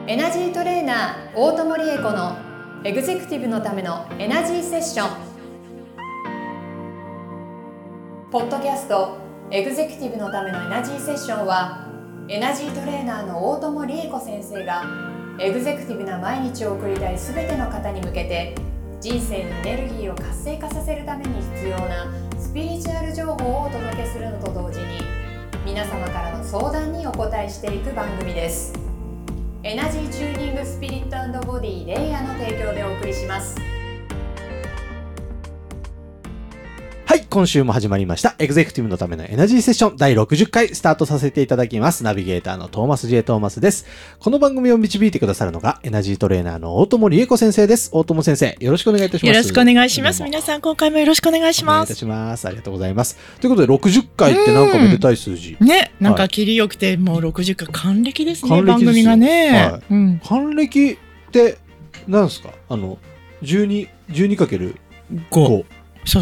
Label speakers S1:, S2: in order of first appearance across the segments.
S1: エナジートレーナー大友理恵子のエグゼクティブのためのエナジーセッション。ポッドキャストエグゼクティブのためのエナジーセッションは、エナジートレーナーの大友理恵子先生がエグゼクティブな毎日を送りたいすべての方に向けて、人生にエネルギーを活性化させるために必要なスピリチュアル情報をお届けするのと同時に、皆様からの相談にお答えしていく番組です。エナジーチューニングスピリット&ボディレイヤーの提供でお送りします。
S2: はい、今週も始まりましたエグゼクティブのためのエナジーセッション第60回スタートさせていただきます。ナビゲーターのトーマス J トーマスです。この番組を導いてくださるのがエナジートレーナーの大友理恵子先生です。大友先生、よろしくお願いいたします。
S3: よろしくお願いします。皆さん今回もよろしくお願いします。
S2: お願いいたします。ありがとうございます。ということで60回ってなんかめでたい数字
S3: ね、なんか切りよくて、もう60回還暦ですね。
S2: 還暦ですよ、
S3: 番組がね、
S2: はい、還暦って何ですか？12×5。
S3: そう。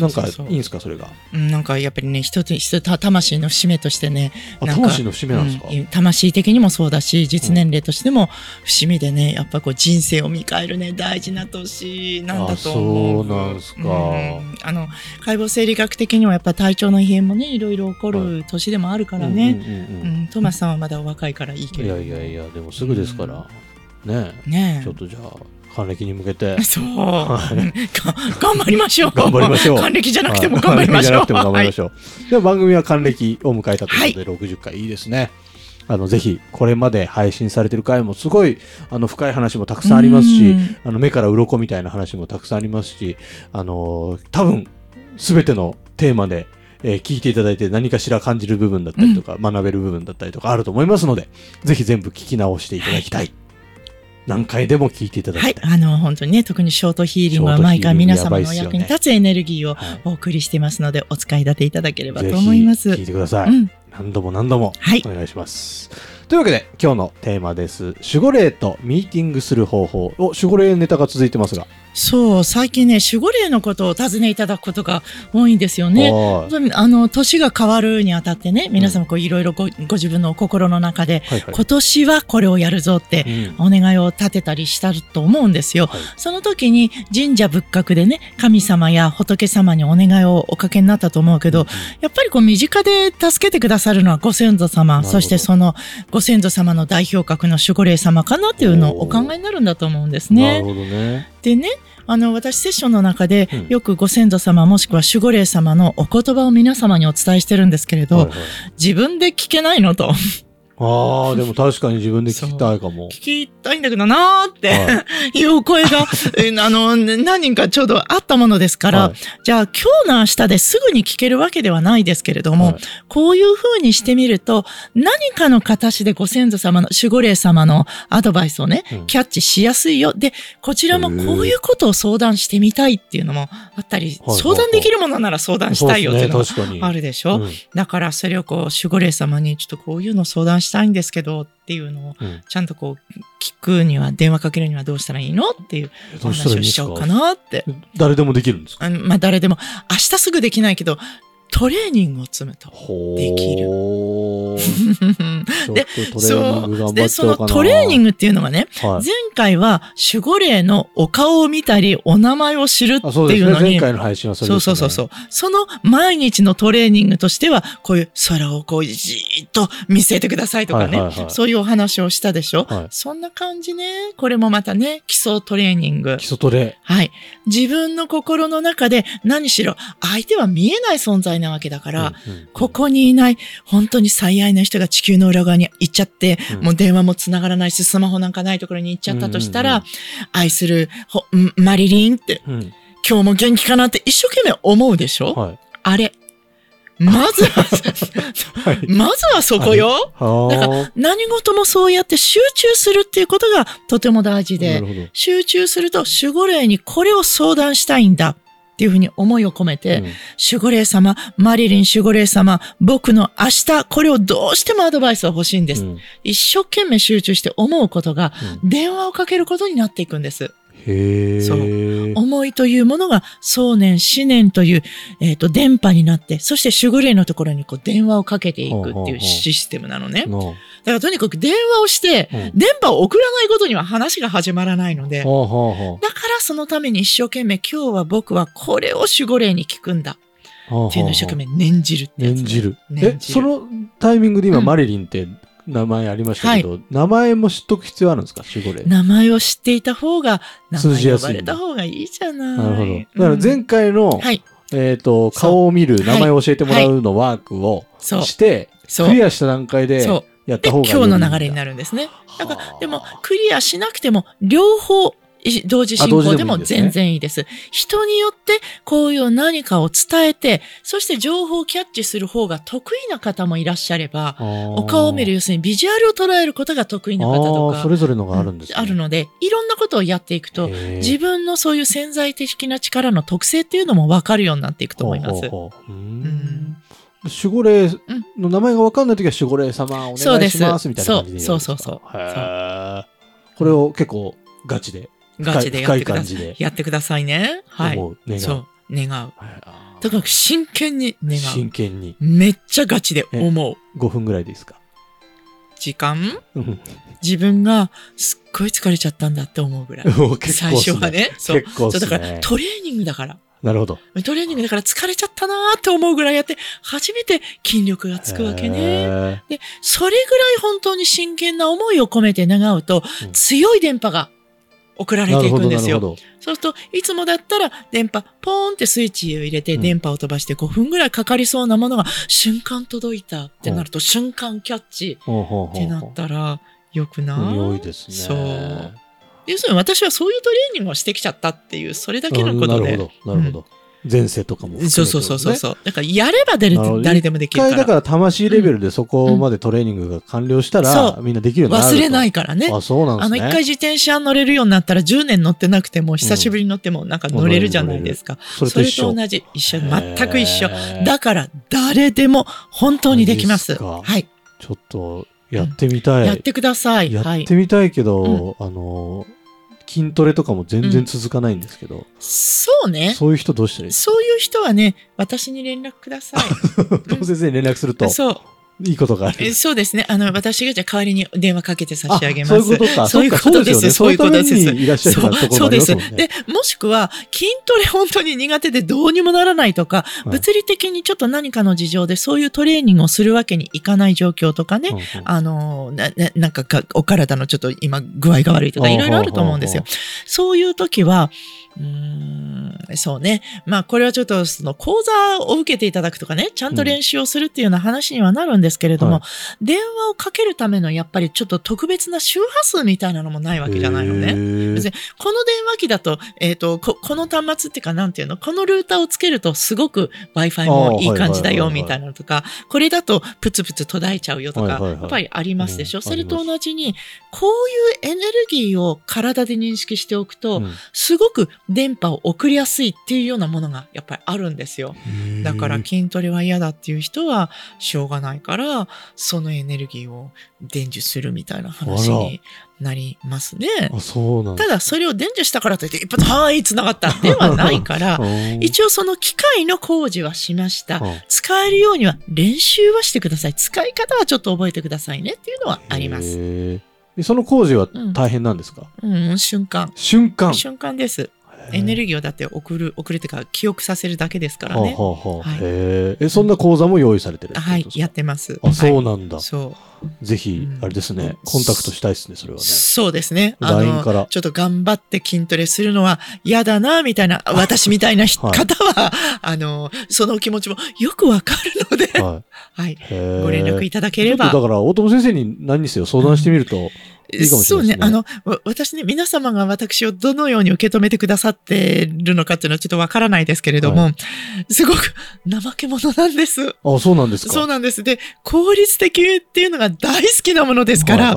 S2: なんかいいんですかそれが？
S3: なんかやっぱりね、一つ魂の節目としてね、
S2: 魂の節目なんですか？
S3: 魂的にもそうだし、実年齢としても節目でね、やっぱこう人生を見返るね、大事な年なんだと思う。
S2: そうなんですか。
S3: 解剖生理学的にはやっぱ体調の異変もね、いろいろ起こる年でもあるからね。トーマスさんはまだお若いからいいけど。
S2: いやでもすぐですから、ね。ちょっとじゃあ還暦に向けて、
S3: そう、頑張りましょう。
S2: 頑張りましょう。
S3: 還暦じゃなくても頑張りましょう。
S2: では番組は還暦を迎えたということで、60回いいですね。ぜひこれまで配信されてる回もすごい深い話もたくさんありますし、目から鱗みたいな話もたくさんありますし、多分全てのテーマで聞いていただいて何かしら感じる部分だったりとか、学べる部分だったりとかあると思いますので、ぜひ全部聞き直していただきたい。何回でも聞いていただきたい。
S3: はい、本当にね、特にショートヒーリングは毎回皆様のお役に立つエネルギーをお送りしていますので、お使い立ていただければと思います。
S2: ぜひ聞いてください。何度もお願いします。というわけで今日のテーマです。守護霊とミーティングする方法。守護霊ネタが続いてますが。
S3: そう、最近ね、守護霊のことをお尋ねいただくことが多いんですよね。年が変わるにあたってね、皆様こういろいろご自分の心の中で、今年はこれをやるぞってお願いを立てたりしたと思うんですよ。その時に神社仏閣でね、神様や仏様にお願いをおかけになったと思うけど、やっぱりこう身近で助けてくださるのはご先祖様、そしてそのご先祖様の代表格の守護霊様かなっていうのをお考えになるんだと思うんですね。
S2: なるほどね。
S3: でね、私セッションの中でよくご先祖様もしくは守護霊様のお言葉を皆様にお伝えしてるんですけれど、自分で聞けないのと。
S2: でも確かに自分で聞きたいかも。
S3: 聞きたいんだけどなーって、いう声が、何人かちょうどあったものですから、じゃあ今日の明日ですぐに聞けるわけではないですけれども、こういう風にしてみると、何かの形でご先祖様の守護霊様のアドバイスをね、キャッチしやすいよ。で、こちらもこういうことを相談してみたいっていうのもあったり、相談できるものなら相談したいよっていうのがあるでしょ。だからそれをこう、守護霊様にちょっとこういうのを相談したいんですけどっていうのをちゃんとこう聞くには、電話かけるにはどうしたらいいのっていう話をしちゃおうかなって。
S2: 誰でもできるんですか？
S3: 誰でも明日すぐできないけどトレーニングを積むとできる。で、そのトレーニングっていうのがね、前回は守護霊のお顔を見たり、お名前を知るっていうのに、
S2: 前回の配信はそれですね。
S3: そう。その毎日のトレーニングとしては、こういう空をこうじーっと見せてくださいとかね、そういうお話をしたでしょ。そんな感じね。これもまたね、基礎トレーニング。
S2: 基礎トレ。
S3: はい。自分の心の中で何しろ相手は見えない存在なわけだから、ここにいない本当に最愛の人が地球の裏側に行っちゃって、もう電話も繋がらないし、スマホなんかないところに行っちゃったとしたら、愛するマリリンって、今日も元気かなって一生懸命思うでしょ？あれ。まずはそこよ。だから何事もそうやって集中するっていうことがとても大事で、集中すると守護霊にこれを相談したいんだっていうふうに思いを込めて、守護霊様、マリリン守護霊様、僕の明日これをどうしてもアドバイスが欲しいんです。一生懸命集中して思うことが電話をかけることになっていくんです。そう。思いというものが想念、思念という、電波になって、そして守護霊のところにこう電話をかけていくっていうシステムなのね。 からとにかく電話をして、電波を送らないことには話が始まらないので、だからそのために一生懸命今日は僕はこれを守護霊に聞くんだ。っていうのを一生懸命念じるってやつ、ね。念じる。
S2: そのタイミングで今、マリリンって名前ありましたけど、名前も知っとく必要あるんですか、守護霊。
S3: 名前を知っていた方が、名前呼ばれた方がいいじゃない。
S2: なるほど。だから前回の、顔を見る、名前を教えてもらうのワークをして、クリアした段階でやった方がいい。
S3: 今日の流れになるんですね。だから、でも、クリアしなくても、両方、同時進行でも全然いいです。人によってこういう何かを伝えて、そして情報をキャッチする方が得意な方もいらっしゃれば、お顔を見る、要するにビジュアルを捉えることが得意な方とか、
S2: それぞれのがあるんですね。
S3: あるので、いろんなことをやっていくと、自分のそういう潜在的な力の特性っていうのも分かるようになっていくと思います。
S2: 守護霊の名前が分かんないときは守護霊様お願いしますみたいな感じで。
S3: そう。
S2: これを結構ガチで。
S3: ガチでやってください。やってくださいね。はい。そう。願う。とにかく真剣に願う。
S2: 真剣に。
S3: めっちゃガチで思う。
S2: 5分ぐらいでいいですか？
S3: 時間自分がすっごい疲れちゃったんだって思うぐらい。最初はね。そう。だからトレーニングだから。
S2: なるほど。
S3: トレーニングだから疲れちゃったなーって思うぐらいやって、初めて筋力がつくわけね。で、それぐらい本当に真剣な思いを込めて願うと、強い電波が送られていくんですよ。そうすると、いつもだったら電波、ポーンってスイッチを入れて電波を飛ばして5分ぐらいかかりそうなものが瞬間届いたってなると、瞬間キャッチってなったらよくない？
S2: 良いですね。
S3: そう。要するに私はそういうトレーニングをしてきちゃったっていう、それだけのことで。
S2: なるほど。前世とかも含めて、ね。
S3: そう。だからやれば誰でもできるから。
S2: 一回だから魂レベルでそこまでトレーニングが完了したら、みんなできるようになると。
S3: 忘れないからね。
S2: そうなんですね。
S3: 一回自転車乗れるようになったら10年乗ってなくても久しぶりに乗ってもなんか乗れるじゃないですか。それと同じ。全く一緒。だから誰でも本当にできます。はい。
S2: ちょっとやってみたい。
S3: やってください。
S2: やってみたいけど、筋トレとかも全然続かないんですけど。
S3: そうね。
S2: そういう人どうしたらいいですか？
S3: そういう人はね、私に連絡ください。
S2: トム先生に連絡すると。そう。いいことがある。
S3: そうですね。私がじゃあ代わりに電話かけて差し上げます。
S2: そういうことか。
S3: そういうことです。
S2: そういうことです。いらっしゃるところがありますもんね。
S3: そうです。で、もしくは、筋トレ本当に苦手でどうにもならないとか、物理的にちょっと何かの事情でそういうトレーニングをするわけにいかない状況とかね、なんかお体のちょっと今具合が悪いとかいろいろあると思うんですよ。そういう時は、そうね。まあ、これはちょっと、講座を受けていただくとかね、ちゃんと練習をするっていうような話にはなるんですけれども、電話をかけるための、やっぱりちょっと特別な周波数みたいなのもないわけじゃないのね。別にこの電話機だと、この端末っていうか、なんていうの、このルーターをつけるとすごく Wi-Fi もいい感じだよ、みたいなのとか、これだとプツプツ途絶えちゃうよとか、やっぱりありますでしょ。それと同じに、こういうエネルギーを体で認識しておくと、すごく電波を送りやすいっていうようなものがやっぱりあるんですよ。だから筋トレは嫌だっていう人はしょうがないから、そのエネルギーを伝授するみたいな話になりますね。ただそれを伝授したからといって一発はい繋がったではないから一応その機械の工事はしました。使えるようには練習はしてください。使い方はちょっと覚えてくださいねっていうのはあります。
S2: その工事は大変なんですか？
S3: 瞬間です。エネルギーをだって送るってか記憶させるだけですからね。
S2: そんな講座も用意されてる？
S3: はい、やってます。
S2: そうなんだ。
S3: そう。
S2: ぜひ、あれですね、コンタクトしたいですね、それはね。
S3: そうですね。
S2: LINE から。
S3: ちょっと頑張って筋トレするのは嫌だな、みたいな、私みたいな方は、その気持ちもよくわかるので、はい。ご連絡いただければ。
S2: だから、大友先生に何にせよ相談してみると、いいかもしれないですね。
S3: そうね。私ね、皆様が私をどのように受け止めてくださってるのかっていうのはちょっとわからないですけれども、すごく怠け者なんです。
S2: そうなんですか。
S3: そうなんです。で、効率的っていうのが大好きなものですから、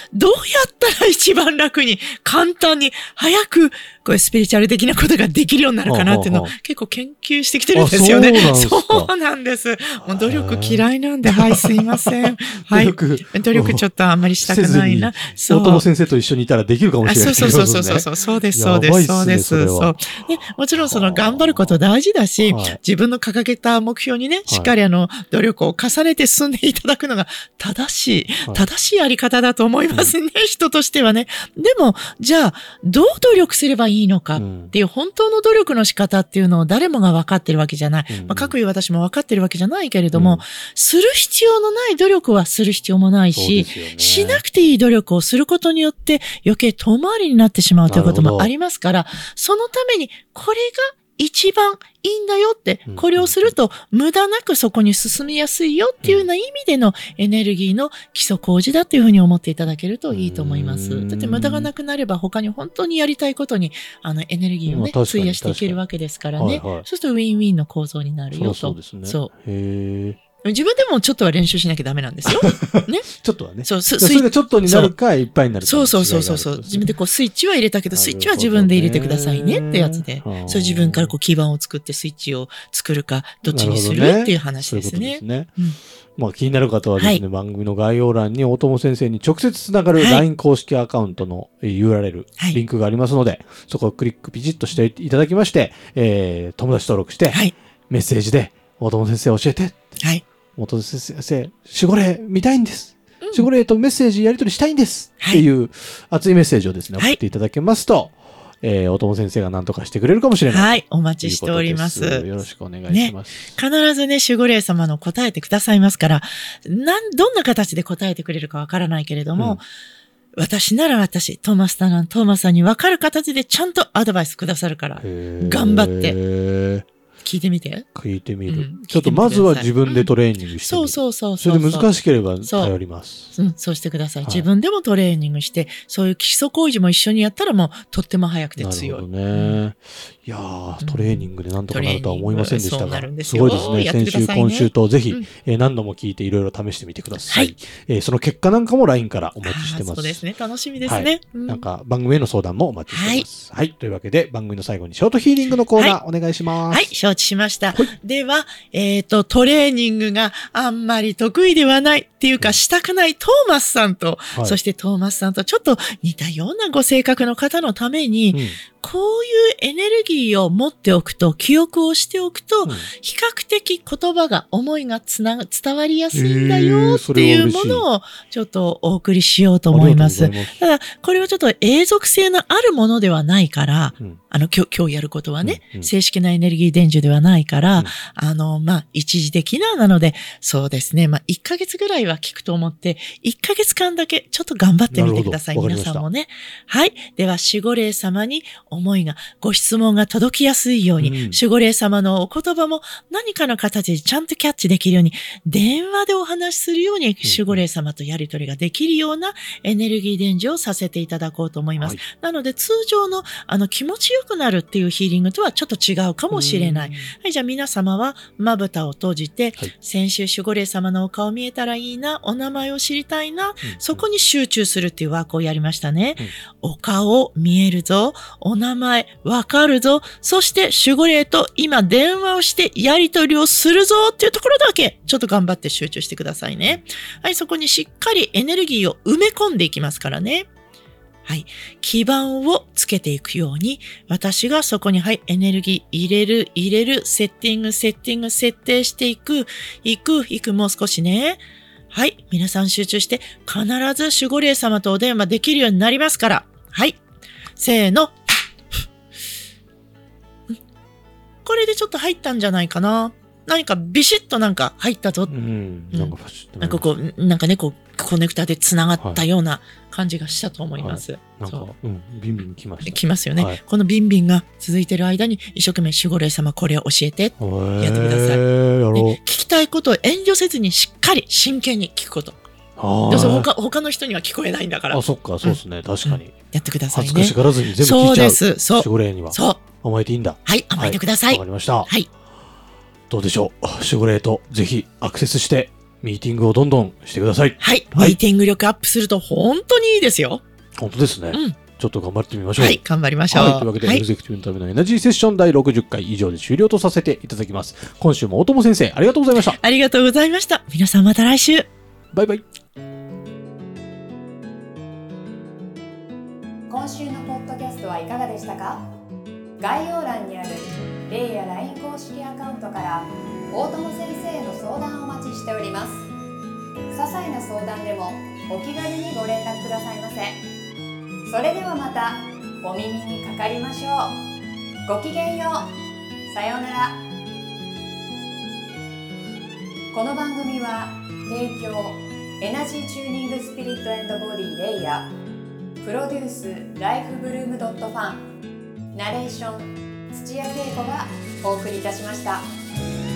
S3: どうやったら一番楽に、簡単に、早く、これスピリチュアル的なことができるようになるかなっていうのを結構研究してきてるんですよね。そうなんです。もう努力嫌いなんで、はい、すいません。はい。努力ちょっとあんまりしたくないな。
S2: そう。大友先生と一緒にいたらできるかもしれない。
S3: そうです。そう。ね、もちろん頑張ること大事だし、自分の掲げた目標にね、しっかり努力を重ねて進んでいただくのが正しいやり方だと思いますね、人としてはね。でも、じゃあ、どう努力すればいいのかっていう本当の努力の仕方っていうのを誰もが分かってるわけじゃない。かくいう私も分かってるわけじゃないけれども、する必要のない努力はする必要もないし、しなくていい努力をすることによって余計遠回りになってしまうということもありますから、そのためにこれが一番いいんだよって、これをすると無駄なくそこに進みやすいよっていうような意味でのエネルギーの基礎工事だっていうふうに思っていただけるといいと思います。だって無駄がなくなれば他に本当にやりたいことにエネルギーをね、費やしていけるわけですからね。そうするとウィンウィンの構造になるよと。
S2: そうですね。
S3: そう。自分でもちょっとは練習しなきゃダメなんですよ。ね。
S2: ちょっとはね。
S3: そう、
S2: それがちょっとになるか、いっぱいになるか。
S3: そう。自分でスイッチは入れたけど、スイッチは自分で入れてくださいねってやつで。そう自分から基盤を作ってスイッチを作るか、どっちにするっていう話ですね。
S2: まあ気になる方はですね、番組の概要欄に大友先生に直接つながる LINE 公式アカウントの URL、リンクがありますので、そこをクリックピチッとしていただきまして、友達登録して、メッセージで大友先生教えて。大友先生、守護霊見たいんです。守護霊とメッセージやり取りしたいんです。っていう熱いメッセージをですね、送っていただけますと、大友先生が何とかしてくれるかもしれない。
S3: はい、お待ちしております。
S2: よろしくお願いします。
S3: 必ずね、守護霊様の答えてくださいますから、どんな形で答えてくれるかわからないけれども、私なら私、トーマスさんに分かる形でちゃんとアドバイスくださるから、頑張って。聞いてみて。
S2: 聞いてみる。ちょっとまずは自分でトレーニングしてみる。
S3: そう。
S2: それで難しければ頼ります。
S3: そうしてください。自分でもトレーニングして、そういう基礎工事も一緒にやったらもうとっても早くて強い。
S2: なるほどね。いやー、トレーニングでなんとかなるとは思いませんでしたが、すごいですね。先週、今週とぜひ何度も聞いていろいろ試してみてください。その結果なんかも LINE からお待ちしてます。
S3: そうですね。楽しみですね。
S2: なんか番組への相談もお待ちしてます。はい。というわけで番組の最後にショートヒーリングのコーナーお願いします。
S3: はい、承知しました。では、トレーニングがあんまり得意ではないっていうかしたくないトーマスさんと、そしてトーマスさんとちょっと似たようなご性格の方のために、こういうエネルギーを持っておくと、記憶をしておくと、比較的言葉が、思いが伝わりやすいんだよっていうものをちょっとお送りしようと思います。ただ、これはちょっと永続性のあるものではないから、今日やることはね、正式なエネルギー伝授ではないから、一時的なので、そうですね、1ヶ月ぐらいは効くと思って、1ヶ月間だけちょっと頑張ってみてください。皆さんもね。はい。では、守護霊様に思いが、ご質問が届きやすいように、守護霊様のお言葉も何かの形でちゃんとキャッチできるように、電話でお話しするように、守護霊様とやり取りができるようなエネルギー伝授をさせていただこうと思います。なので、通常の気持ちよくなるっていうヒーリングとはちょっと違うかもしれない。はい、じゃあ皆様はまぶたを閉じて、先週守護霊様のお顔見えたらいいな、お名前を知りたいな、そこに集中するっていうワークをやりましたね。お顔見えるぞ、お名前わかるぞ、そして守護霊と今電話をしてやり取りをするぞっていうところだけちょっと頑張って集中してくださいね。はい、そこにしっかりエネルギーを埋め込んでいきますからね。はい。基盤をつけていくように、私がそこに、エネルギー入れる、セッティング、設定していく、もう少しね。はい。皆さん集中して、必ず守護霊様とお電話できるようになりますから。はい。せーの。これでちょっと入ったんじゃないかな。何かビシッとなんか入ったぞ。なんかこう、なんかね、こう、コネクタで繋がったような感じがしたと思います。
S2: なんか、ビンビン来ました。
S3: 来ますよね。このビンビンが続いている間に、一生懸命守護霊様これを教えて、やってください。聞きたいことを遠慮せずにしっかり真剣に聞くこと。他の人には聞こえないんだから。
S2: そっか、そうですね。確かに。
S3: やってくださいね。
S2: 恥ずかしがらずに全部聞いちゃう。
S3: そうです。
S2: 守護霊には。
S3: そう。
S2: 甘えていいんだ。
S3: はい、甘えてください。
S2: わかりました。
S3: はい。
S2: どうでしょう。守護霊とぜひアクセスしてミーティングをどんどんしてください。
S3: はい。ミーティング力アップすると本当にいいですよ。
S2: 本当ですね。ちょっと頑張ってみましょう。
S3: はい、頑張りましょう。
S2: はい、というわけで、エグゼクティブのためのエナジーセッション第60回以上で終了とさせていただきます。今週も大友先生、ありがとうございました。
S3: ありがとうございました。皆さんまた来週。
S2: バイバイ。
S1: 今週のポッドキャストはいかがでしたか？概要欄にあるレイや LINE 公式アカウントから大友先生への相談をお待ちしております。些細な相談でもお気軽にご連絡くださいませ。それではまたお耳にかかりましょう。ごきげんよう。さようなら。この番組は提供エナジーチューニングスピリット&ボディレイヤー、プロデュースライフブルームドットファン、ナレーション土屋恵子がお送りいたしました。